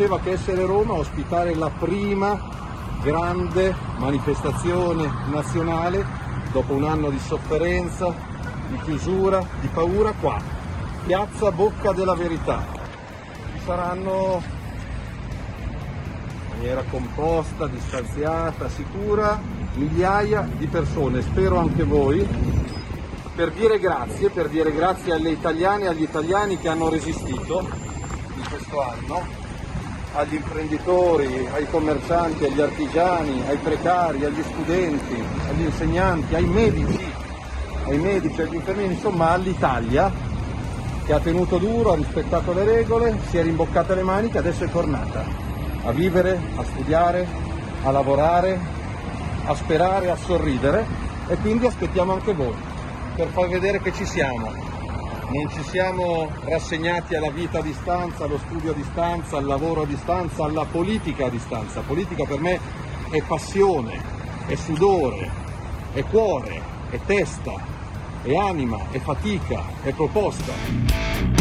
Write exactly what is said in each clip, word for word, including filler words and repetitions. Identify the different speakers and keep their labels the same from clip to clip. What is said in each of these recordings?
Speaker 1: poteva che essere Roma a ospitare la prima grande manifestazione nazionale dopo un anno di sofferenza, di chiusura, di paura, qua, piazza Bocca della Verità. Ci saranno, in maniera composta, distanziata, sicura, migliaia di persone, spero anche voi, per dire grazie, per dire grazie alle italiane e agli italiani che hanno resistito in questo anno, agli imprenditori, ai commercianti, agli artigiani, ai precari, agli studenti, agli insegnanti, ai medici, ai medici, agli infermieri, insomma all'Italia che ha tenuto duro, ha rispettato le regole, si è rimboccata le maniche, adesso è tornata a vivere, a studiare, a lavorare, a sperare, a sorridere, e quindi aspettiamo anche voi per far vedere che ci siamo. Non ci siamo rassegnati alla vita a distanza, allo studio a distanza, al lavoro a distanza, alla politica a distanza. Politica per me è passione, è sudore, è cuore, è testa, è anima, è fatica, è proposta.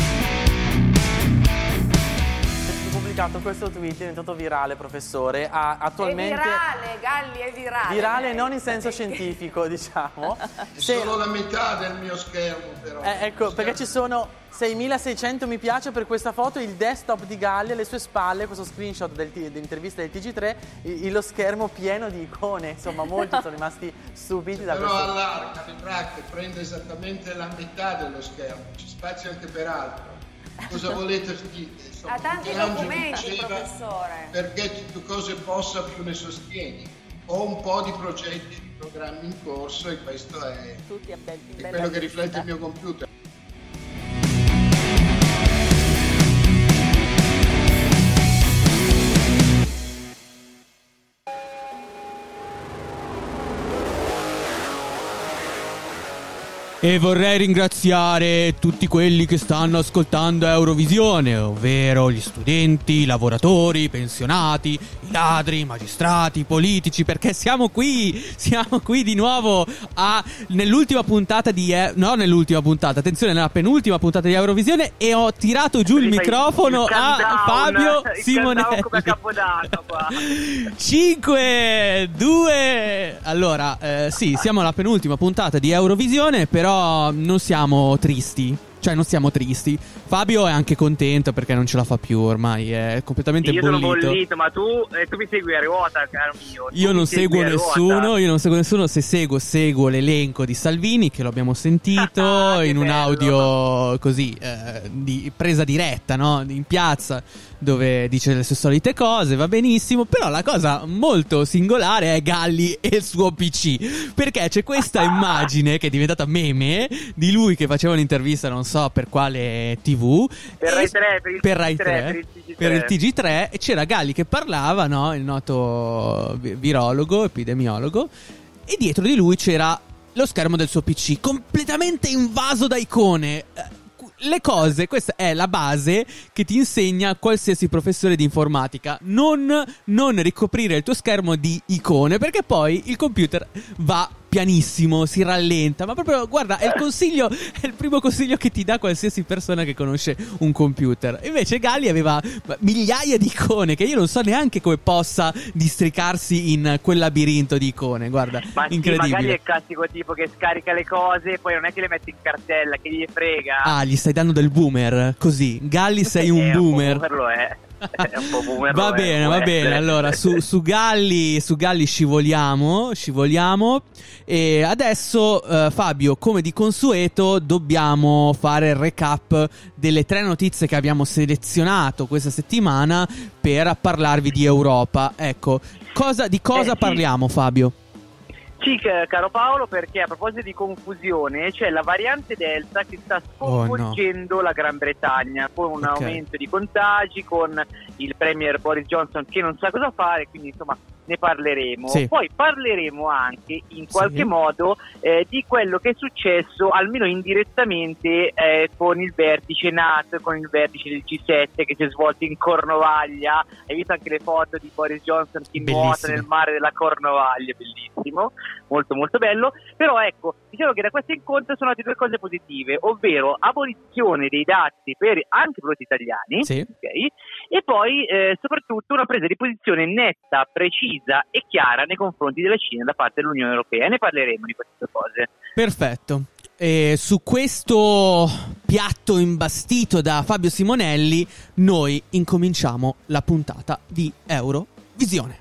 Speaker 2: Questo tweet è diventato virale, professore. Ha attualmente...
Speaker 3: È virale, Galli, è virale.
Speaker 2: Virale non in senso scientifico, diciamo.
Speaker 4: È solo la metà del mio schermo, però.
Speaker 2: Eh, ecco,
Speaker 4: schermo.
Speaker 2: Perché ci sono seimilaseicento mi piace per questa foto, il desktop di Galli alle sue spalle, questo screenshot del, dell'intervista del T G tre, il, lo schermo pieno di icone. Insomma, molti sono rimasti stupiti da
Speaker 4: però
Speaker 2: questo.
Speaker 4: Però allarga, vedrà che prende esattamente la metà dello schermo, ci spazia anche per altro. Cosa volete scrivere?
Speaker 3: Ha tanti documenti, diceva, professore.
Speaker 4: Perché più cose possa più ne sostieni. Ho un po' di progetti, di programmi in corso e questo è,
Speaker 3: Tutti aperti,
Speaker 4: è quello che riflette il mio computer.
Speaker 5: E vorrei ringraziare tutti quelli che stanno ascoltando Eurovisione, ovvero gli studenti, i lavoratori, i pensionati, i ladri, i magistrati, i politici, perché siamo qui, siamo qui di nuovo a, nell'ultima puntata di... Eh, no, nell'ultima puntata, attenzione, nella penultima puntata di Eurovisione, e ho tirato giù il microfono
Speaker 6: il
Speaker 5: a Fabio Simonelli.
Speaker 6: Come a Capodanno qua.
Speaker 5: cinque, due... Allora, eh, sì, siamo alla penultima puntata di Eurovisione, però non siamo tristi. Cioè non siamo tristi. Fabio è anche contento perché non ce la fa più ormai, è completamente
Speaker 6: io
Speaker 5: bollito.
Speaker 6: Io sono bollito, ma tu, eh, tu mi segui a ruota, caro mio. Tu
Speaker 5: Io non seguo nessuno, io non seguo nessuno. Se seguo, seguo l'elenco di Salvini, che lo abbiamo sentito
Speaker 6: ah,
Speaker 5: in un
Speaker 6: bello.
Speaker 5: audio così, eh, di presa diretta, no? In piazza, dove dice le sue solite cose, va benissimo. Però la cosa molto singolare è Galli e il suo P C, perché c'è questa immagine che è diventata meme di lui che faceva un'intervista, non so per quale tivù,
Speaker 6: per Rai tre, per il,
Speaker 5: per Rai tre,
Speaker 6: per il T G tre,
Speaker 5: per il T G tre, e c'era Galli che parlava, no? Il noto virologo, epidemiologo, e dietro di lui c'era lo schermo del suo P C completamente invaso da icone. Le cose, questa è la base che ti insegna qualsiasi professore di informatica: non, non ricoprire il tuo schermo di icone, perché poi il computer va pianissimo, si rallenta. Ma proprio, guarda, è il consiglio, è il primo consiglio che ti dà qualsiasi persona che conosce un computer. Invece Galli aveva migliaia di icone che io non so neanche come possa districarsi in quel labirinto di icone. Guarda,
Speaker 6: ma sì,
Speaker 5: incredibile.
Speaker 6: Magari è il classico tipo che scarica le cose e poi non è che le mette in cartella, che gli frega.
Speaker 5: Ah, gli stai dando del boomer, così. Galli, sei un
Speaker 6: eh,
Speaker 5: boomer.
Speaker 6: Un po' boomer lo è. È un po' boomer.
Speaker 5: Va
Speaker 6: lo
Speaker 5: bene,
Speaker 6: è,
Speaker 5: va
Speaker 6: è.
Speaker 5: bene. Allora, su, su Galli, su Galli scivoliamo, scivoliamo. E adesso, uh, Fabio, come di consueto, dobbiamo fare il recap delle tre notizie che abbiamo selezionato questa settimana per parlarvi di Europa. Ecco, cosa, di cosa
Speaker 6: eh, sì.
Speaker 5: parliamo, Fabio?
Speaker 6: Sì, caro Paolo, perché a proposito di confusione c'è la variante Delta che sta sconvolgendo oh, no. la Gran Bretagna, con un okay. aumento di contagi, con il premier Boris Johnson che non sa cosa fare, quindi insomma ne parleremo.
Speaker 5: Sì.
Speaker 6: Poi parleremo anche in qualche
Speaker 5: sì.
Speaker 6: modo eh, di quello che è successo, almeno indirettamente, eh, con il vertice NATO, con il vertice del G sette che si è svolto in Cornovaglia. Hai visto anche le foto di Boris Johnson che
Speaker 5: Bellissimo.
Speaker 6: nuota nel mare della Cornovaglia, bellissimo, molto molto bello. Però ecco, diciamo che da questo incontro sono nate due cose positive, ovvero abolizione dei dazi per anche prodotti italiani,
Speaker 5: sì.
Speaker 6: okay? e poi eh, soprattutto una presa di posizione netta, precisa e chiara nei confronti della Cina da parte dell'Unione Europea. Ne parleremo di queste cose.
Speaker 5: Perfetto. E su questo piatto imbastito da Fabio Simonelli noi incominciamo la puntata di Eurovisione.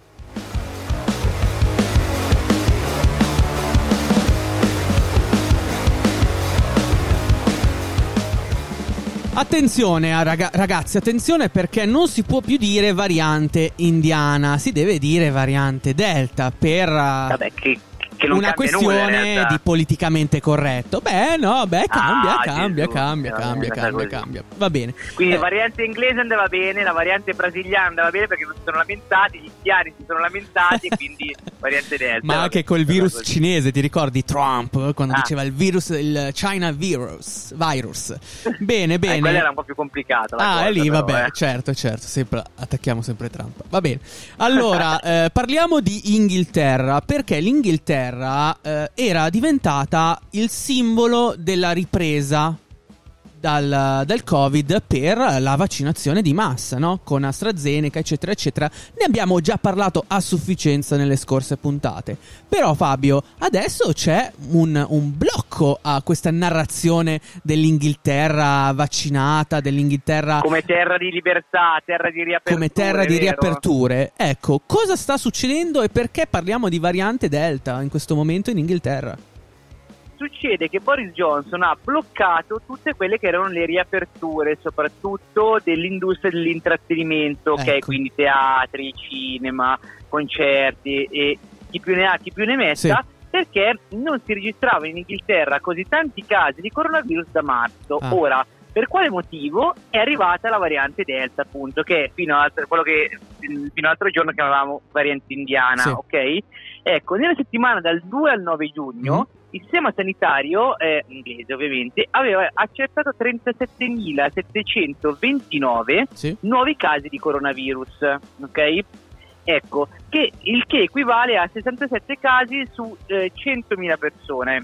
Speaker 5: Attenzione raga- ragazzi, attenzione, perché non si può più dire variante indiana, si deve dire variante delta per...
Speaker 6: Vabbè, che... Che non
Speaker 5: una questione
Speaker 6: nulla,
Speaker 5: di politicamente corretto. Beh, no, beh, cambia,
Speaker 6: ah,
Speaker 5: cambia,
Speaker 6: Gesù,
Speaker 5: cambia,
Speaker 6: no,
Speaker 5: cambia, cambia, cambia. Va bene.
Speaker 6: Quindi
Speaker 5: eh.
Speaker 6: la variante inglese andava bene, la variante brasiliana andava bene perché non si sono lamentati, gli indiani si sono lamentati, quindi variante delta.
Speaker 5: Ma anche col virus cinese, ti ricordi Trump quando
Speaker 6: ah.
Speaker 5: diceva il virus, il China virus, virus. Bene, bene.
Speaker 6: Eh, quella era un po' più complicata.
Speaker 5: Ah, è lì,
Speaker 6: però,
Speaker 5: vabbè,
Speaker 6: eh.
Speaker 5: certo, certo, sempre, attacchiamo sempre Trump. Va bene. Allora, eh, parliamo di Inghilterra, perché l'Inghilterra eh, era diventata il simbolo della ripresa dal, dal Covid per la vaccinazione di massa, no? Con AstraZeneca, eccetera, eccetera. Ne abbiamo già parlato a sufficienza nelle scorse puntate. Però, Fabio, adesso c'è un, un blocco a questa narrazione dell'Inghilterra vaccinata, dell'Inghilterra
Speaker 6: come terra di libertà, terra di riaperture.
Speaker 5: Come terra di
Speaker 6: vero?
Speaker 5: riaperture. Ecco, cosa sta succedendo e perché parliamo di variante Delta in questo momento in Inghilterra?
Speaker 6: Succede che Boris Johnson ha bloccato tutte quelle che erano le riaperture, soprattutto dell'industria dell'intrattenimento,
Speaker 5: ecco.
Speaker 6: ok? Quindi teatri, cinema, concerti e chi più ne ha chi più ne metta, sì. Perché non si registrava in Inghilterra così tanti casi di coronavirus da marzo. Ah. Ora, per quale motivo è arrivata la variante Delta, appunto, che fino a quello che fino all'altro giorno chiamavamo variante indiana, sì. Ok? Ecco, nella settimana dal due al nove giugno mm. il sistema sanitario, eh, inglese ovviamente, aveva accertato trentasettemilasettecentoventinove sì. nuovi casi di coronavirus, ok? Ecco, che il che equivale a sessantasette casi su eh, centomila persone.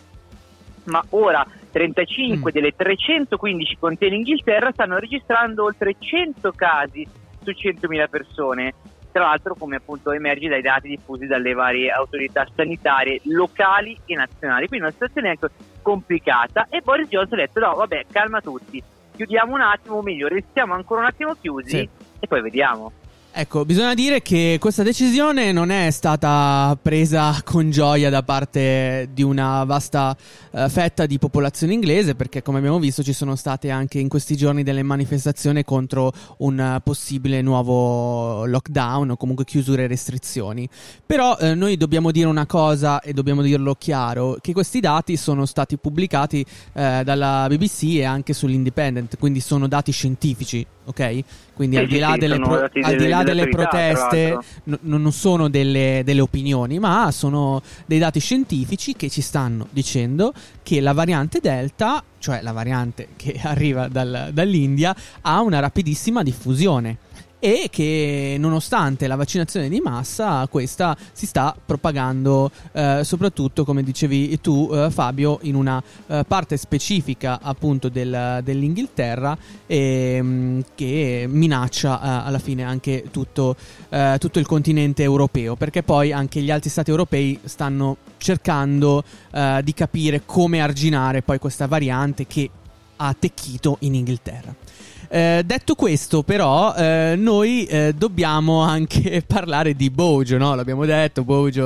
Speaker 6: Ma ora trentacinque mm. delle trecentoquindici contee in Inghilterra stanno registrando oltre cento casi su centomila persone. Tra l'altro, come appunto emerge dai dati diffusi dalle varie autorità sanitarie locali e nazionali. Quindi una situazione anche complicata, e Boris Johnson ha detto no, vabbè, calma tutti, chiudiamo un attimo, o meglio, restiamo ancora un attimo chiusi sì. e poi vediamo.
Speaker 5: Ecco, bisogna dire che questa decisione non è stata presa con gioia da parte di una vasta uh, fetta di popolazione inglese, perché come abbiamo visto ci sono state anche in questi giorni delle manifestazioni contro un uh, possibile nuovo lockdown o comunque chiusure e restrizioni. Però uh, noi dobbiamo dire una cosa, e dobbiamo dirlo chiaro, che questi dati sono stati pubblicati uh, dalla B B C e anche sull'Independent, quindi sono dati scientifici, ok? Quindi
Speaker 6: sì,
Speaker 5: al di là
Speaker 6: sì,
Speaker 5: delle, pro- al delle, di là delle proteste n- non sono delle, delle opinioni, ma sono dei dati scientifici che ci stanno dicendo che la variante Delta, cioè la variante che arriva dal, dall'India, ha una rapidissima diffusione e che nonostante la vaccinazione di massa questa si sta propagando eh, soprattutto, come dicevi tu eh, Fabio, in una eh, parte specifica appunto del, dell'Inghilterra e, mh, che minaccia eh, alla fine anche tutto, eh, tutto il continente europeo, perché poi anche gli altri stati europei stanno cercando eh, di capire come arginare poi questa variante che ha attecchito in Inghilterra. Eh, detto questo, però, eh, noi eh, dobbiamo anche parlare di Bojo, no? L'abbiamo detto, Bojo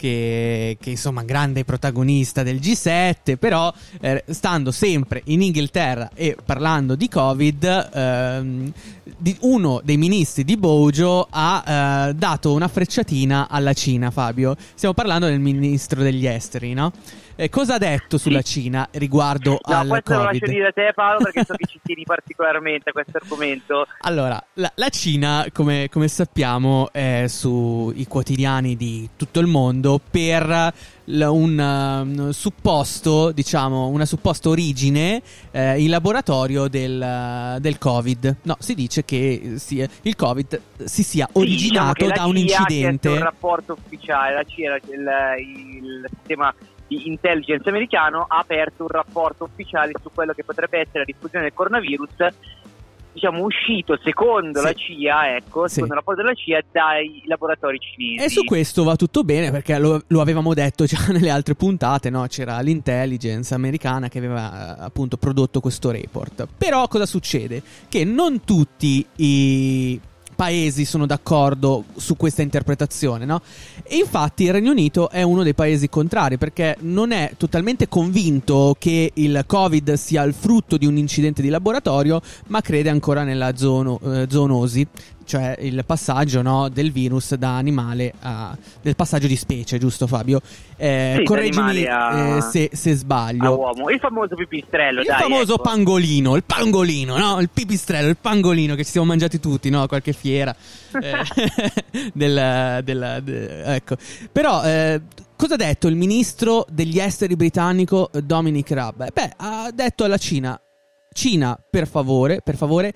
Speaker 5: che, che insomma grande protagonista del G sette, però eh, stando sempre in Inghilterra e parlando di Covid, ehm, di, uno dei ministri di Bojo ha eh, dato una frecciatina alla Cina, Fabio. Stiamo parlando del ministro degli esteri, no? Eh, cosa ha detto sulla sì. Cina riguardo
Speaker 6: no,
Speaker 5: al
Speaker 6: questo
Speaker 5: Covid?
Speaker 6: Lo lascio dire a te, Paolo, perché so che ci tieni particolarmente a questo argomento.
Speaker 5: Allora, la, la Cina, come, come sappiamo, è sui quotidiani di tutto il mondo per l, un, un supposto, diciamo, una supposta origine eh, in laboratorio del, del Covid. No, si dice che sia, il Covid si sia originato
Speaker 6: sì, diciamo
Speaker 5: da un
Speaker 6: C I A
Speaker 5: incidente.
Speaker 6: È un rapporto ufficiale, la C I A, il, il sistema di intelligence americano ha aperto un rapporto ufficiale su quello che potrebbe essere la diffusione del coronavirus diciamo uscito secondo
Speaker 5: sì.
Speaker 6: la C I A, ecco,
Speaker 5: sì.
Speaker 6: secondo il rapporto della C I A, dai laboratori cinesi.
Speaker 5: E su questo va tutto bene, perché lo, lo avevamo detto già nelle altre puntate, no? C'era l'intelligence americana che aveva appunto prodotto questo report. Però cosa succede? Che non tutti i paesi sono d'accordo su questa interpretazione, no? E infatti il Regno Unito è uno dei paesi contrari, perché non è totalmente convinto che il Covid sia il frutto di un incidente di laboratorio, ma crede ancora nella zoono, eh, zoonosi, cioè il passaggio, no, del virus da animale a del passaggio di specie, giusto Fabio? Eh,
Speaker 6: sì,
Speaker 5: correggimi
Speaker 6: a...
Speaker 5: eh, se, se sbaglio.
Speaker 6: A uomo. Il famoso pipistrello,
Speaker 5: il
Speaker 6: dai,
Speaker 5: famoso
Speaker 6: ecco.
Speaker 5: pangolino, il pangolino, no? Il pipistrello, il pangolino che ci siamo mangiati tutti, no? A qualche fiera eh, del, del, de, ecco. Però eh, cosa ha detto il ministro degli esteri britannico Dominic Raab? Beh, ha detto alla Cina: Cina, per favore, per favore,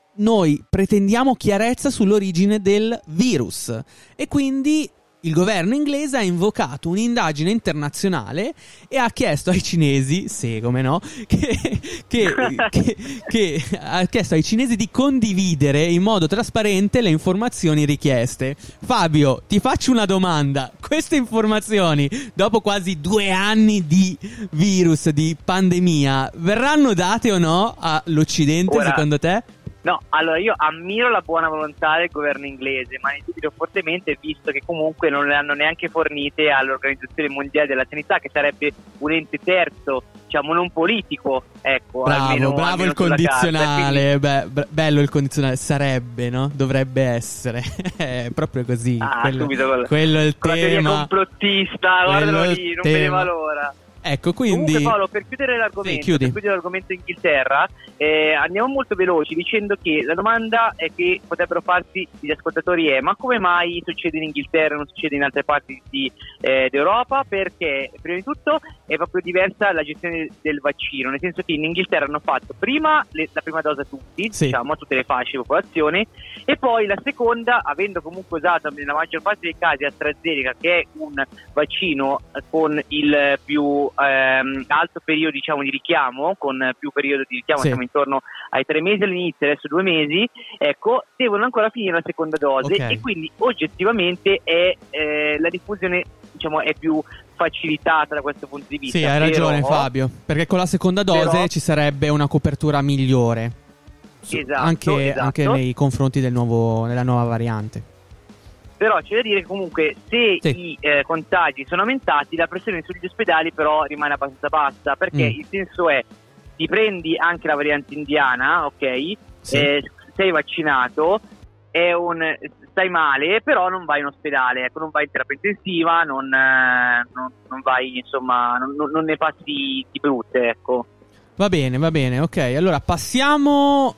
Speaker 5: noi pretendiamo chiarezza sull'origine del virus. E quindi il governo inglese ha invocato un'indagine internazionale e ha chiesto ai cinesi, sì, come no, che, che, che, che ha chiesto ai cinesi di condividere in modo trasparente le informazioni richieste. Fabio, ti faccio una domanda: queste informazioni, dopo quasi due anni di virus, di pandemia, verranno date o no all'Occidente, Ora... secondo te?
Speaker 6: No, allora io ammiro la buona volontà del governo inglese, ma ne dubito fortemente, visto che comunque non le hanno neanche fornite all'Organizzazione Mondiale della Sanità, che sarebbe un ente terzo, diciamo non politico, ecco.
Speaker 5: Bravo,
Speaker 6: almeno,
Speaker 5: bravo
Speaker 6: almeno
Speaker 5: il condizionale,
Speaker 6: carta,
Speaker 5: Beh, bello il condizionale, sarebbe, no? Dovrebbe essere, è proprio così.
Speaker 6: Ah,
Speaker 5: quello,
Speaker 6: subito con,
Speaker 5: quello è il
Speaker 6: con
Speaker 5: tema.
Speaker 6: la teoria complottista, guardalo lì, non vedeva l'ora.
Speaker 5: Ecco, quindi
Speaker 6: comunque Paolo, per chiudere l'argomento,
Speaker 5: sì,
Speaker 6: per chiudere l'argomento Inghilterra, eh, andiamo molto veloci dicendo che la domanda è che potrebbero farsi gli ascoltatori è: ma come mai succede in Inghilterra e non succede in altre parti di, eh, d'Europa? Perché prima di tutto è proprio diversa la gestione del vaccino, nel senso che in Inghilterra hanno fatto prima le, la prima dose a tutti,
Speaker 5: sì.
Speaker 6: diciamo a tutte le fasce di popolazione, e poi la seconda, avendo comunque usato nella maggior parte dei casi AstraZeneca, che è un vaccino con il più ehm, alto periodo, diciamo, di richiamo, con più periodo di richiamo,
Speaker 5: sì.
Speaker 6: siamo intorno ai tre mesi all'inizio, adesso due mesi, ecco, devono ancora finire la seconda dose,
Speaker 5: okay.
Speaker 6: E quindi oggettivamente è eh, la diffusione, diciamo, è più facilitata da questo punto di vista.
Speaker 5: Sì, hai ragione,
Speaker 6: però,
Speaker 5: Fabio, perché con la seconda dose
Speaker 6: però,
Speaker 5: ci sarebbe una copertura migliore,
Speaker 6: esatto,
Speaker 5: anche,
Speaker 6: esatto.
Speaker 5: anche nei confronti del nuovo, della nuova variante.
Speaker 6: Però c'è da dire che comunque se sì. i eh, contagi sono aumentati, la pressione sugli ospedali però rimane abbastanza bassa, perché mm. il senso è: ti prendi anche la variante indiana, ok, sì. eh, sei vaccinato, è un, stai male, però non vai in ospedale, ecco, non vai in terapia intensiva, non, eh, non, non vai, insomma, non, non ne passi di brutte, ecco.
Speaker 5: Va bene, va bene, ok. Allora passiamo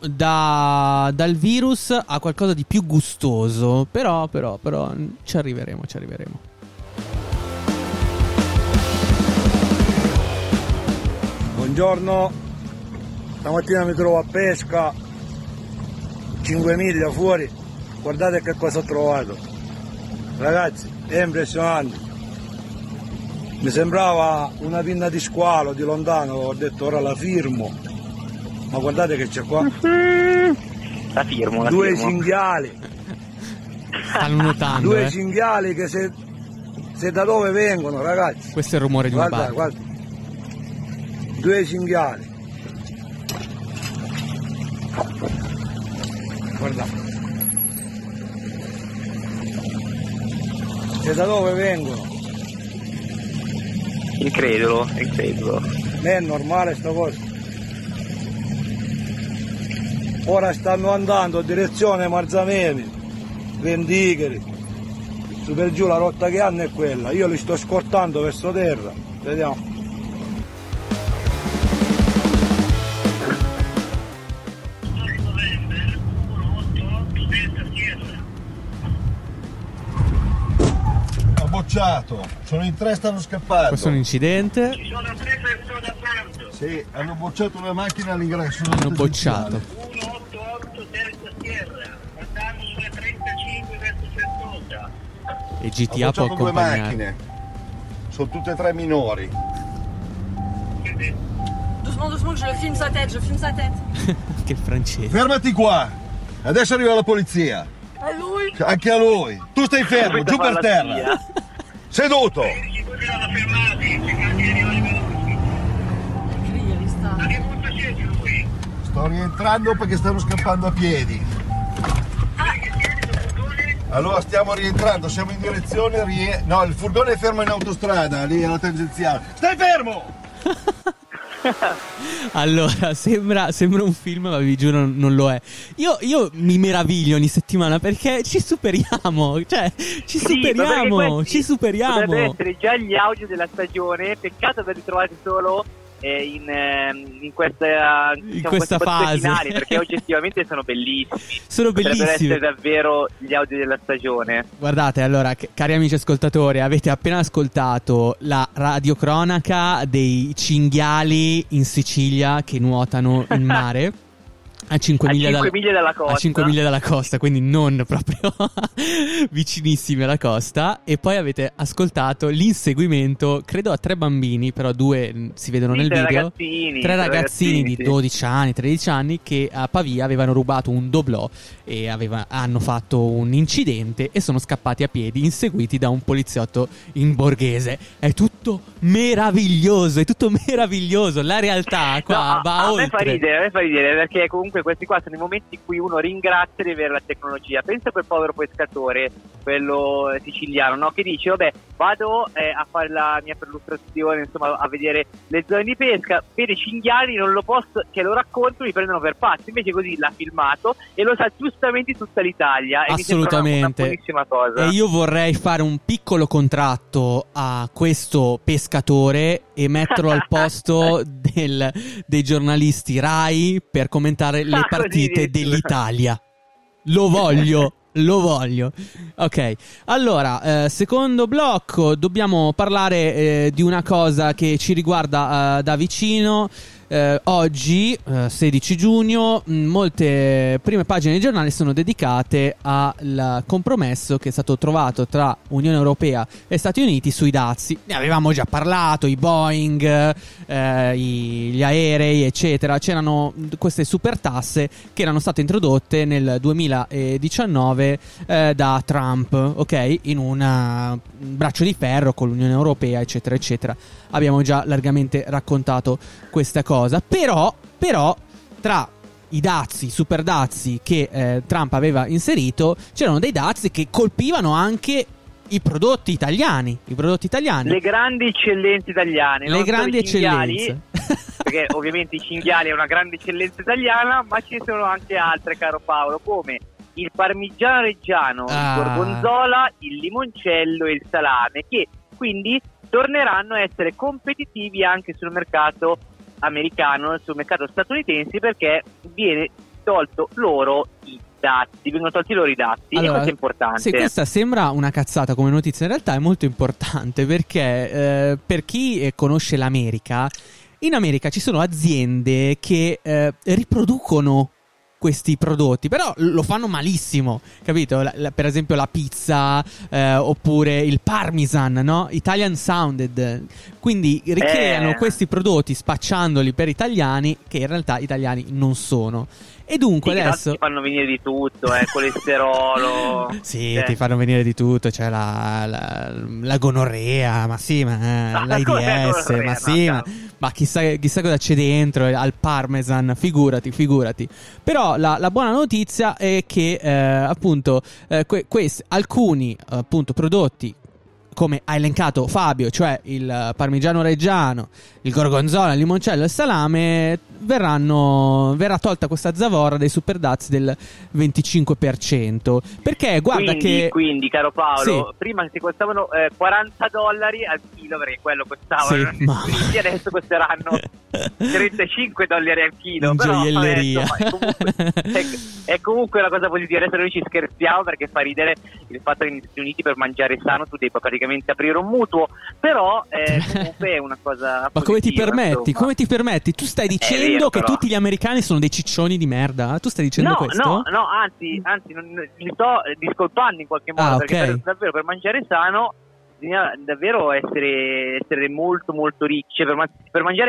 Speaker 5: da, dal virus a qualcosa di più gustoso. Però, però, però ci arriveremo, ci arriveremo.
Speaker 7: Buongiorno. Stamattina mi trovo a pesca, cinque miglia fuori. Guardate che cosa ho trovato. Ragazzi, è impressionante. Mi sembrava una pinna di squalo di lontano, ho detto ora la firmo, ma guardate che c'è qua.
Speaker 6: La firmo, la
Speaker 7: Due
Speaker 6: firmo.
Speaker 7: cinghiali.
Speaker 5: Stanno nuotando,
Speaker 7: Due
Speaker 5: eh.
Speaker 7: cinghiali che se, se da dove vengono, ragazzi.
Speaker 5: Questo è il rumore di una barca.
Speaker 7: Guarda, guarda. Due cinghiali. Guarda. Se da dove vengono?
Speaker 6: Incredulo, incredulo.
Speaker 7: È normale sta cosa. Ora stanno andando a direzione Marzamemi, Vendicheri, su per giù la rotta che hanno è quella. Io li sto scortando verso terra. Vediamo.
Speaker 8: Bocciato, sono in tre, stanno scappando.
Speaker 5: Questo è un incidente.
Speaker 9: Ci sono tre persone a bordo.
Speaker 8: Sì, hanno bocciato una macchina all'ingresso.
Speaker 5: Hanno bocciato.
Speaker 9: uno otto otto Terza Sierra, andando sulle trentacinque verso Certosa.
Speaker 5: E G T A
Speaker 8: ha
Speaker 5: può
Speaker 8: bocciato due
Speaker 5: accompagnare.
Speaker 8: macchine. Sono tutte e tre minori.
Speaker 10: Doucement, doucement, je filme sa tête, je filme sa tête.
Speaker 5: Che francese.
Speaker 8: Fermati qua. Adesso arriva la polizia.
Speaker 10: A lui.
Speaker 8: Anche a lui. Tu stai fermo, giù per terra. Seduto. Sto rientrando perché stanno scappando a piedi. Allora stiamo rientrando, siamo in direzione rie... No, il furgone è fermo in autostrada, lì alla tangenziale. Stai fermo!
Speaker 5: Allora, sembra, sembra un film, ma vi giuro non lo è. Io, io mi meraviglio ogni settimana perché ci superiamo, cioè ci
Speaker 6: sì,
Speaker 5: superiamo, ci superiamo.
Speaker 6: Potrebbe essere già gli audio della stagione, peccato aver ritrovati solo eh, in, eh, in questa,
Speaker 5: in
Speaker 6: diciamo,
Speaker 5: questa fase
Speaker 6: finali, perché oggettivamente sono bellissimi.
Speaker 5: Sono
Speaker 6: Potrebbero
Speaker 5: bellissimi.
Speaker 6: essere davvero gli audio della stagione.
Speaker 5: Guardate, allora, c- cari amici ascoltatori, avete appena ascoltato la radiocronaca dei cinghiali in Sicilia che nuotano in mare. A cinque,
Speaker 6: a
Speaker 5: miglia,
Speaker 6: cinque
Speaker 5: dalla,
Speaker 6: miglia dalla costa.
Speaker 5: A cinque miglia dalla costa, quindi non proprio vicinissimi alla costa. E poi avete ascoltato l'inseguimento, credo a tre bambini, però due si vedono
Speaker 6: sì,
Speaker 5: nel
Speaker 6: tre
Speaker 5: video.
Speaker 6: Ragazzini,
Speaker 5: tre ragazzini,
Speaker 6: ragazzini
Speaker 5: di
Speaker 6: sì.
Speaker 5: dodici anni, tredici anni che a Pavia avevano rubato un doblò e aveva, hanno fatto un incidente e sono scappati a piedi, inseguiti da un poliziotto in borghese. È tutto meraviglioso, è tutto meraviglioso. La realtà qua
Speaker 6: no,
Speaker 5: va
Speaker 6: a, a
Speaker 5: oltre.
Speaker 6: Me fa ridere, a me fa ridere perché comunque questi qua sono i momenti in cui uno ringrazia di avere la tecnologia. Pensa a quel povero pescatore, quello siciliano, no? Che dice, vabbè, vado eh, a fare la mia perlustrazione, insomma, a vedere le zone di pesca, vede cinghiali, non lo posso, che lo racconto, mi prendono per pazzo. Invece così l'ha filmato e lo sa giustamente in tutta l'Italia. E
Speaker 5: assolutamente.
Speaker 6: Mi sembra una, una buonissima cosa.
Speaker 5: E io vorrei fare un piccolo contratto a questo pescatore e metterlo al posto del, dei giornalisti Rai per commentare le partite dell'Italia. Lo voglio, lo voglio. Ok, allora, eh, secondo blocco dobbiamo parlare eh, di una cosa che ci riguarda eh, da vicino. Eh, oggi, eh, sedici giugno, mh, molte prime pagine dei giornali sono dedicate al compromesso che è stato trovato tra Unione Europea e Stati Uniti sui dazi. Ne avevamo già parlato, i Boeing, eh, i, gli aerei, eccetera. C'erano queste super tasse che erano state introdotte nel duemiladiciannove eh, da Trump, ok? In una, un braccio di ferro con l'Unione Europea, eccetera, eccetera. Abbiamo già largamente raccontato questa cosa. Però, però, tra i dazi, super dazi che eh, Trump aveva inserito, c'erano dei dazi che colpivano anche i prodotti italiani. I prodotti italiani.
Speaker 6: Le grandi eccellenze italiane.
Speaker 5: Le grandi
Speaker 6: eccellenze.
Speaker 5: eccellenze.
Speaker 6: Perché ovviamente i cinghiali è una grande eccellenza italiana, ma ci sono anche altre, caro Paolo, come il parmigiano reggiano,
Speaker 5: ah.
Speaker 6: il gorgonzola, il limoncello e il salame, che quindi torneranno a essere competitivi anche sul mercato americano, sul mercato statunitense, perché viene tolto loro i dazi, vengono tolti loro i dazi.
Speaker 5: Allora,
Speaker 6: e questo è importante.
Speaker 5: Se questa sembra una cazzata come notizia, in realtà è molto importante perché eh, per chi eh, conosce l'America, in America ci sono aziende che eh, riproducono questi prodotti, però lo fanno malissimo, capito? La, la, per esempio la pizza eh, oppure il parmesan, no? Italian sounded. Quindi ricreano
Speaker 6: eh.
Speaker 5: questi prodotti spacciandoli per italiani che in realtà italiani non sono. E dunque
Speaker 6: sì,
Speaker 5: adesso
Speaker 6: ti fanno venire di tutto, eh, colesterolo.
Speaker 5: Sì,
Speaker 6: eh.
Speaker 5: ti fanno venire di tutto, c'è la, la, la gonorrea, ma sì, ma eh, l'AIDS, ma sì,
Speaker 6: no,
Speaker 5: ma, ma chissà, chissà cosa c'è dentro al parmesan, figurati, figurati. Però la, la buona notizia è che eh, appunto eh, que, questi, alcuni appunto prodotti, come ha elencato Fabio, cioè il parmigiano reggiano, il gorgonzola, il limoncello e il salame, verranno verrà tolta questa zavorra dei super dazi del venticinque per cento. Perché guarda
Speaker 6: quindi,
Speaker 5: che
Speaker 6: quindi caro Paolo,
Speaker 5: sì.
Speaker 6: prima si costavano eh, quaranta dollari al chilo, perché quello costava,
Speaker 5: sì, ma...
Speaker 6: quindi adesso costeranno trentacinque dollari al chilo.
Speaker 5: In
Speaker 6: però
Speaker 5: gioielleria.
Speaker 6: vabbè, insomma, è, comunque, è, è comunque una cosa positiva. Adesso noi ci scherziamo perché fa ridere il fatto che negli Stati Uniti per mangiare sano tu devi praticamente aprire un mutuo, però eh, comunque è una cosa
Speaker 5: ma
Speaker 6: positiva,
Speaker 5: come ti permetti?
Speaker 6: Insomma.
Speaker 5: Come ti permetti? Tu stai dicendo
Speaker 6: vero,
Speaker 5: che
Speaker 6: però.
Speaker 5: tutti gli americani sono dei ciccioni di merda? Tu stai dicendo
Speaker 6: no,
Speaker 5: questo?
Speaker 6: No, no, anzi, anzi non, li sto eh, discolpando in qualche modo,
Speaker 5: ah,
Speaker 6: perché
Speaker 5: okay.
Speaker 6: per, davvero per mangiare sano bisogna davvero essere, essere molto molto ricci, per, per mangiare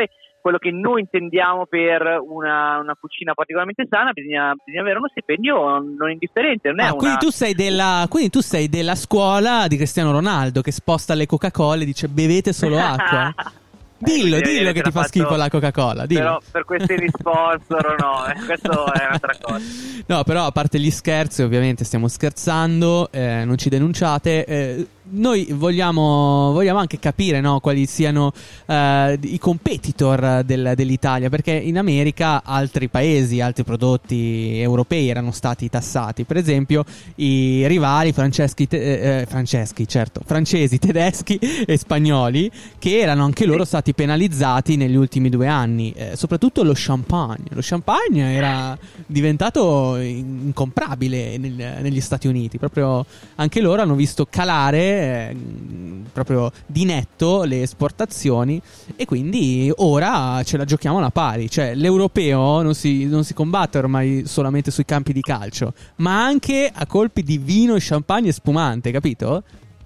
Speaker 6: quello che noi intendiamo per una, una cucina particolarmente sana, bisogna, bisogna avere uno stipendio non indifferente. Non è
Speaker 5: ah,
Speaker 6: una...
Speaker 5: quindi, tu sei della, quindi tu sei della scuola di Cristiano Ronaldo, che sposta le Coca-Cola e dice bevete solo acqua. Dillo,
Speaker 6: Eh,
Speaker 5: dillo che ti fa
Speaker 6: fatto...
Speaker 5: schifo la Coca-Cola, dillo.
Speaker 6: Però per questi sponsor no, eh, questo è un'altra cosa.
Speaker 5: No, però a parte gli scherzi, ovviamente stiamo scherzando, eh, non ci denunciate. Eh, noi vogliamo, vogliamo anche capire, no, quali siano eh, i competitor del, dell'Italia, perché in America altri paesi, altri prodotti europei erano stati tassati. Per esempio i rivali franceschi, te- eh, franceschi, certo, francesi, tedeschi e spagnoli, che erano anche loro stati penalizzati negli ultimi due anni, eh, soprattutto lo champagne. Lo champagne era diventato incomprabile nel, negli Stati Uniti, proprio anche loro hanno visto calare eh, proprio di netto le esportazioni, e quindi ora ce la giochiamo alla pari. Cioè l'europeo non si, non si combatte ormai solamente sui campi di calcio, ma anche a colpi di vino, champagne e spumante, capito?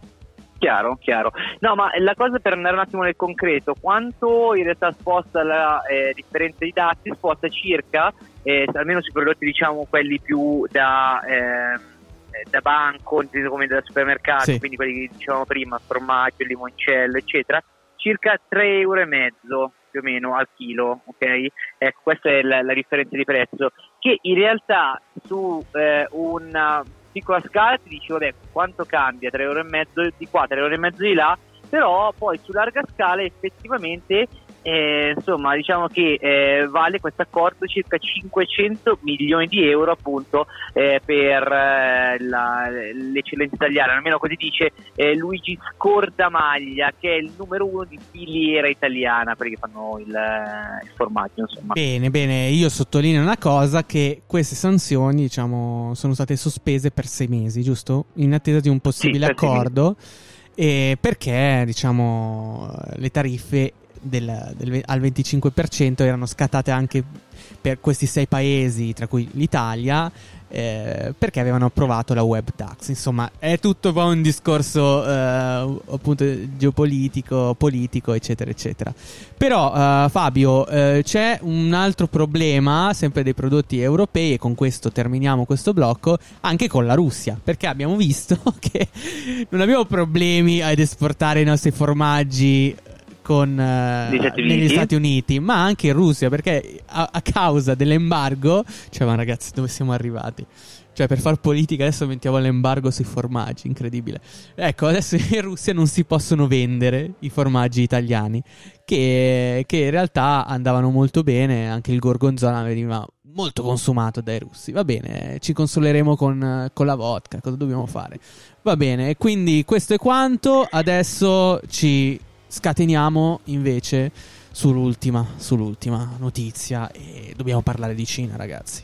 Speaker 6: Chiaro, chiaro. No, ma la cosa, per andare un attimo nel concreto, quanto in realtà sposta la eh, differenza di dazi? Sposta circa, eh, almeno sui prodotti, diciamo quelli più da, eh, da banco, come da supermercato, sì. Quindi quelli che dicevamo prima, formaggio, limoncello, eccetera, circa tre euro e mezzo più o meno al chilo, ok? Ecco, questa è la, la differenza di prezzo, che in realtà su eh, una piccola scala ti dici, vabbè, quanto cambia, tre euro e mezzo di qua, tre euro e mezzo di là, però poi su larga scala effettivamente eh, insomma diciamo che eh, vale questo accordo circa cinquecento milioni di euro appunto eh, per eh, la, l'eccellenza italiana, almeno così dice eh, Luigi Scordamaglia, che è il numero uno di filiera italiana, perché fanno il, il formaggio, insomma.
Speaker 5: Bene, bene, io sottolineo una cosa, che queste sanzioni, diciamo, sono state sospese per sei mesi, giusto? In attesa di un possibile sì, accordo, e perché, diciamo, le tariffe Del, del, al venticinque per cento erano scattate anche per questi sei paesi, tra cui l'Italia, eh, perché avevano approvato la web tax. Insomma, è tutto poi un discorso eh, appunto geopolitico, politico, eccetera eccetera. Però eh, Fabio, eh, c'è un altro problema sempre dei prodotti europei, e con questo terminiamo questo blocco, anche con la Russia, perché abbiamo visto che non abbiamo problemi ad esportare i nostri formaggi con uh,
Speaker 6: Stati
Speaker 5: negli Stati Uniti, ma anche in Russia, perché a, a causa dell'embargo, cioè, ma ragazzi, dove siamo arrivati? Cioè, per far politica adesso mettiamo l'embargo sui formaggi, incredibile. Ecco, adesso in Russia non si possono vendere i formaggi italiani, che, che in realtà andavano molto bene. Anche il gorgonzola veniva molto consumato dai russi. Va bene, ci consoleremo con, con la vodka, cosa dobbiamo fare? Va bene, quindi questo è quanto. Adesso ci scateniamo invece sull'ultima, sull'ultima notizia, e dobbiamo parlare di Cina, ragazzi.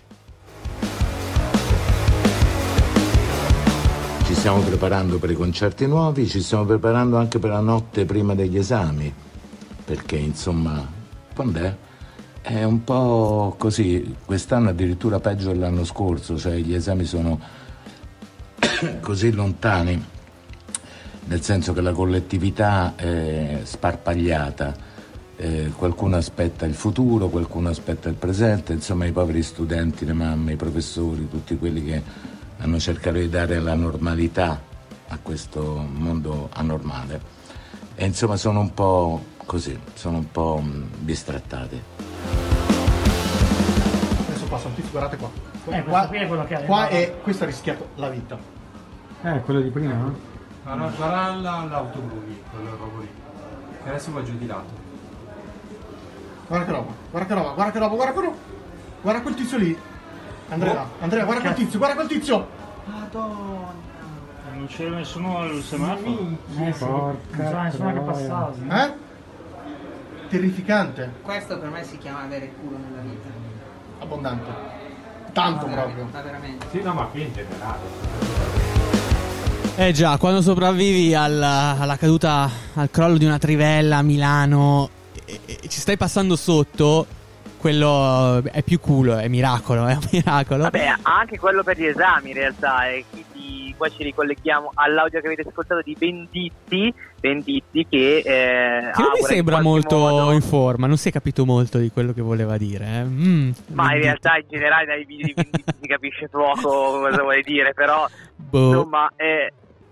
Speaker 11: Ci stiamo preparando per i concerti nuovi, ci stiamo preparando anche per la notte prima degli esami, perché insomma, quando è? È un po' così, quest'anno addirittura peggio dell'anno scorso, cioè gli esami sono così lontani, nel senso che la collettività è sparpagliata, eh, qualcuno aspetta il futuro, qualcuno aspetta il presente, insomma i poveri studenti, le mamme, i professori, tutti quelli che hanno cercato di dare la normalità a questo mondo anormale, e insomma sono un po' così, sono un po' bistrattati.
Speaker 12: Adesso passa un tizio, guardate qua.
Speaker 13: Eh, qua, qui è quello che
Speaker 12: qua è, questo ha rischiato la vita.
Speaker 13: Eh, quello di prima, no?
Speaker 14: Guarda, guarda l'auto blu lì, quello proprio lì. Che adesso va giù di lato.
Speaker 12: Guarda che roba, guarda che roba, guarda che roba, guarda che roba. Guarda quel tizio lì. Andrea, oh. Andrea, guarda quel tizio, guarda quel tizio.
Speaker 13: Madonna. Non c'era nessuno al semaforo. Eh, porca. Non c'era nessuno che passava.
Speaker 12: Eh? Terrificante.
Speaker 15: Questo per me si chiama avere culo nella vita.
Speaker 12: Abbondante. Tanto
Speaker 15: ma
Speaker 12: proprio.
Speaker 15: Ma veramente.
Speaker 14: Sì, no, ma qui in generale.
Speaker 5: Eh già, quando sopravvivi alla, alla caduta, al crollo di una trivella a Milano e, e ci stai passando sotto, quello è più culo, è miracolo, è un miracolo.
Speaker 6: Vabbè, anche quello per gli esami in realtà, è chi ti qua ci ricolleghiamo all'audio che avete ascoltato di Venditti, Venditti che, eh,
Speaker 5: che non mi sembra
Speaker 6: in
Speaker 5: molto
Speaker 6: modo...
Speaker 5: in forma, non si è capito molto di quello che voleva dire. Eh. Mm,
Speaker 6: Ma
Speaker 5: Venditti.
Speaker 6: in realtà in generale dai video di Venditti si capisce poco cosa vuole dire, però
Speaker 5: boh.
Speaker 6: insomma... Eh...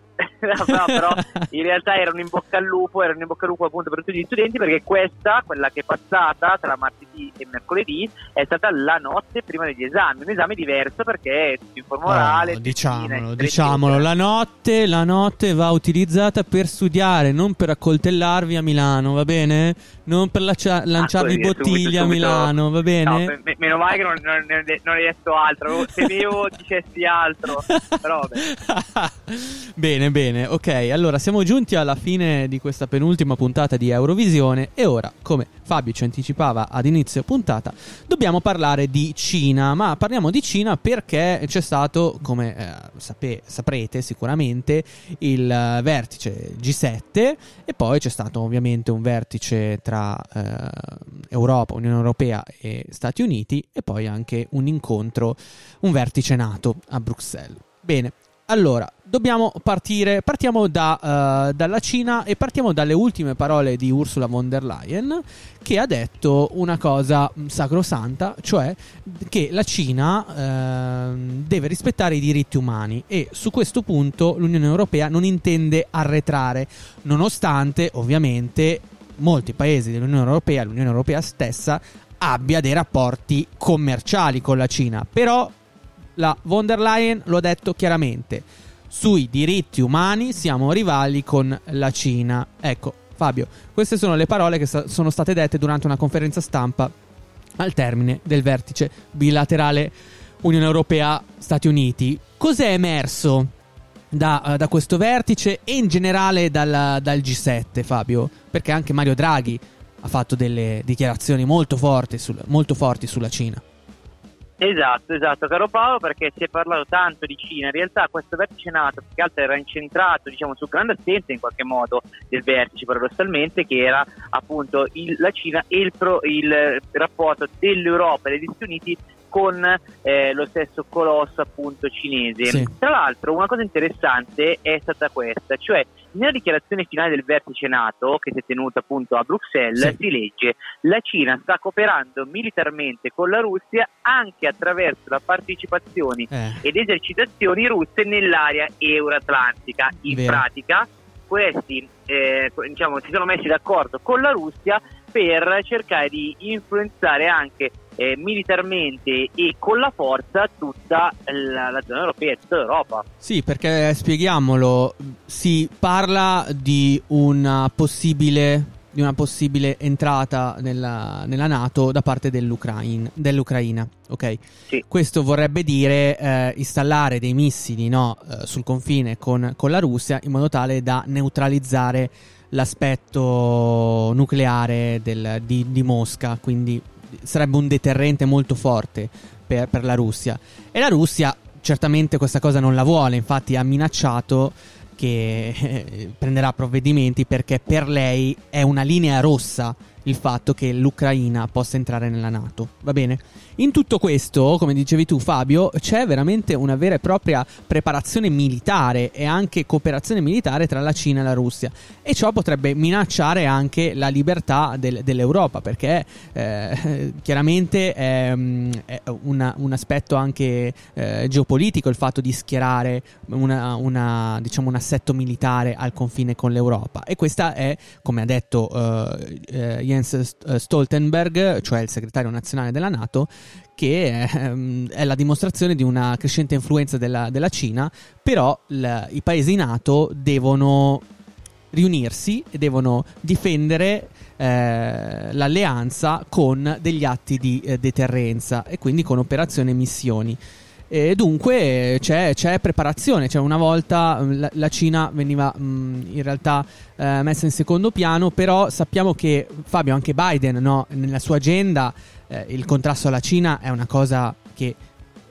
Speaker 6: no, però in realtà erano in bocca al lupo erano in bocca al lupo appunto per tutti gli studenti, perché questa, quella che è passata tra martedì e mercoledì, è stata la notte prima degli esami, un esame diverso perché è tutto in forma orale.
Speaker 5: Oh, diciamolo, diciamolo, la notte, la notte va utilizzata per studiare, non per accoltellarvi a Milano, va bene? Non per lancia- lanciarvi
Speaker 6: ah,
Speaker 5: bottiglie subito, subito. a Milano, va bene?
Speaker 6: No, m- meno male che non, non, non hai detto altro, temevo dicessi altro, però vabbè.
Speaker 5: Bene, bene, ok, allora siamo giunti alla fine di questa penultima puntata di Eurovisione e ora, come Fabio ci anticipava ad inizio puntata, dobbiamo parlare di Cina, ma parliamo di Cina perché c'è stato, come eh, sape- saprete sicuramente, il uh, vertice G sette e poi c'è stato ovviamente un vertice tra eh, Europa, Unione Europea e Stati Uniti e poi anche un incontro, un vertice NATO a Bruxelles. Bene. Allora, dobbiamo partire, partiamo da, uh, dalla Cina e partiamo dalle ultime parole di Ursula von der Leyen, che ha detto una cosa sacrosanta, cioè che la Cina uh, deve rispettare i diritti umani e su questo punto l'Unione Europea non intende arretrare, nonostante ovviamente molti paesi dell'Unione Europea, l'Unione Europea stessa, abbia dei rapporti commerciali con la Cina, però la von der Leyen lo ha detto chiaramente: sui diritti umani siamo rivali con la Cina. Ecco, Fabio, queste sono le parole che sa- sono state dette durante una conferenza stampa al termine del vertice bilaterale Unione Europea-Stati Uniti. Cos'è emerso da, uh, da questo vertice e in generale dal, dal G sette, Fabio? Perché anche Mario Draghi ha fatto delle dichiarazioni molto forti, sul, molto forti sulla Cina.
Speaker 6: Esatto, esatto, caro Paolo, perché si è parlato tanto di Cina. In realtà questo vertice NATO più che altro era incentrato, diciamo, su grande assenza in qualche modo del vertice, paradossalmente, che era appunto il, la Cina e il, pro, il rapporto dell'Europa e degli Stati Uniti con eh, lo stesso colosso appunto cinese. Sì. Tra l'altro una cosa interessante è stata questa, cioè nella dichiarazione finale del vertice NATO che si è tenuta appunto a Bruxelles, sì, si legge: la Cina sta cooperando militarmente con la Russia anche attraverso la partecipazione eh. ed esercitazioni russe nell'area euroatlantica. In Vero. pratica questi eh, diciamo si sono messi d'accordo con la Russia per cercare di influenzare anche eh, militarmente e con la forza tutta la, la zona europea e tutta l'Europa.
Speaker 5: Sì, perché spieghiamolo, si parla di una possibile di una possibile entrata nella, nella NATO da parte dell'Ucraina, dell'Ucraina, ok?
Speaker 6: Sì.
Speaker 5: Questo vorrebbe dire eh, installare dei missili, no, eh, sul confine con, con la Russia in modo tale da neutralizzare l'aspetto nucleare del, di, di Mosca, quindi sarebbe un deterrente molto forte per, per la Russia. E la Russia certamente questa cosa non la vuole, infatti ha minacciato che eh, prenderà provvedimenti perché per lei è una linea rossa il fatto che l'Ucraina possa entrare nella NATO, va bene? In tutto questo, come dicevi tu Fabio, c'è veramente una vera e propria preparazione militare e anche cooperazione militare tra la Cina e la Russia, e ciò potrebbe minacciare anche la libertà del, dell'Europa, perché eh, chiaramente è, è una, un aspetto anche eh, geopolitico il fatto di schierare una, una, diciamo, un assetto militare al confine con l'Europa, e questa è, come ha detto eh, eh, Jens Stoltenberg, cioè il segretario nazionale della NATO, che è, è la dimostrazione di una crescente influenza della, della Cina, però l, i paesi NATO devono riunirsi e devono difendere eh, l'alleanza con degli atti di eh, deterrenza e quindi con operazioni e missioni. E dunque c'è, c'è preparazione, cioè una volta la, la Cina veniva mh, in realtà eh, messa in secondo piano, però sappiamo che, Fabio, anche Biden, no, nella sua agenda eh, il contrasto alla Cina è una cosa che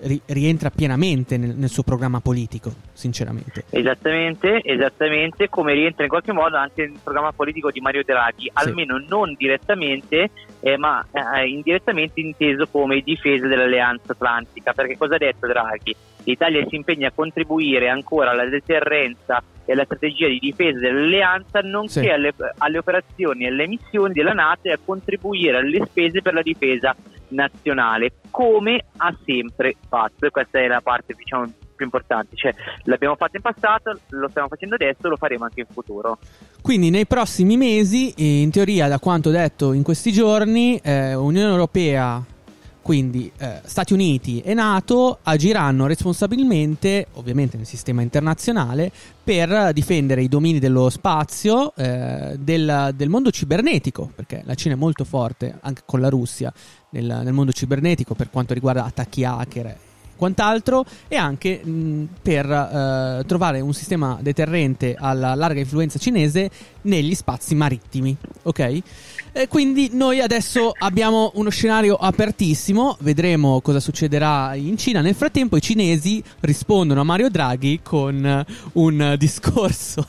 Speaker 5: ri- rientra pienamente nel, nel suo programma politico, sinceramente.
Speaker 6: Esattamente, esattamente come rientra in qualche modo anche nel programma politico di Mario Draghi, sì. Almeno non direttamente, eh, ma eh, indirettamente inteso come difesa dell'Alleanza Atlantica, perché cosa ha detto Draghi? L'Italia si impegna a contribuire ancora alla deterrenza e alla strategia di difesa dell'alleanza, nonché sì. alle, alle operazioni e alle missioni della NATO e a contribuire alle spese per la difesa nazionale, come ha sempre fatto. E questa è la parte, diciamo, più importante, cioè l'abbiamo fatto in passato, lo stiamo facendo adesso, lo faremo anche in futuro.
Speaker 5: Quindi nei prossimi mesi, in teoria, da quanto detto in questi giorni, eh, Unione Europea, quindi eh, Stati Uniti e NATO agiranno responsabilmente, ovviamente nel sistema internazionale, per difendere i domini dello spazio, eh, del, del mondo cibernetico, perché la Cina è molto forte anche con la Russia nel, nel mondo cibernetico per quanto riguarda attacchi hacker quant'altro, e anche mh, per eh, trovare un sistema deterrente alla larga influenza cinese negli spazi marittimi, ok? E quindi noi adesso abbiamo uno scenario apertissimo, vedremo cosa succederà in Cina. Nel frattempo i cinesi rispondono a Mario Draghi con un discorso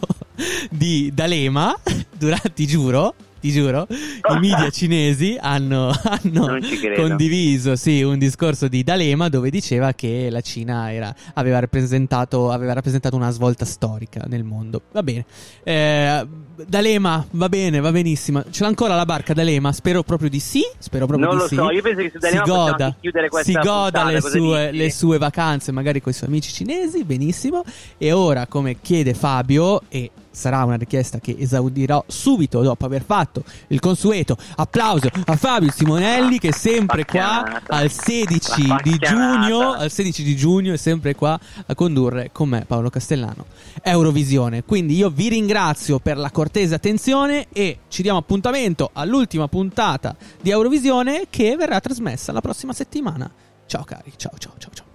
Speaker 5: di D'Alema, durante, ti giuro, ti giuro, i media cinesi hanno, hanno condiviso sì, un discorso di D'Alema dove diceva che la Cina era, aveva, rappresentato, aveva rappresentato una svolta storica nel mondo. Va bene, eh, D'Alema, va bene, va benissimo. Ce l'ha ancora la barca D'Alema? Spero proprio di sì. Spero proprio
Speaker 6: non
Speaker 5: di
Speaker 6: lo
Speaker 5: sì.
Speaker 6: so, io penso che su D'Alema
Speaker 5: si goda,
Speaker 6: anche chiudere questa
Speaker 5: si goda
Speaker 6: puntata,
Speaker 5: le, sue, le sue vacanze magari con i suoi amici cinesi. Benissimo. E ora, come chiede Fabio, e sarà una richiesta che esaudirò subito dopo aver fatto il consueto applauso a Fabio Simonelli, che è sempre qua al sedici di giugno, al sedici di giugno è sempre qua a condurre con me, Paolo Castellano, Eurovisione. Quindi io vi ringrazio per la cortese attenzione e ci diamo appuntamento all'ultima puntata di Eurovisione, che verrà trasmessa la prossima settimana. Ciao cari, ciao ciao ciao ciao.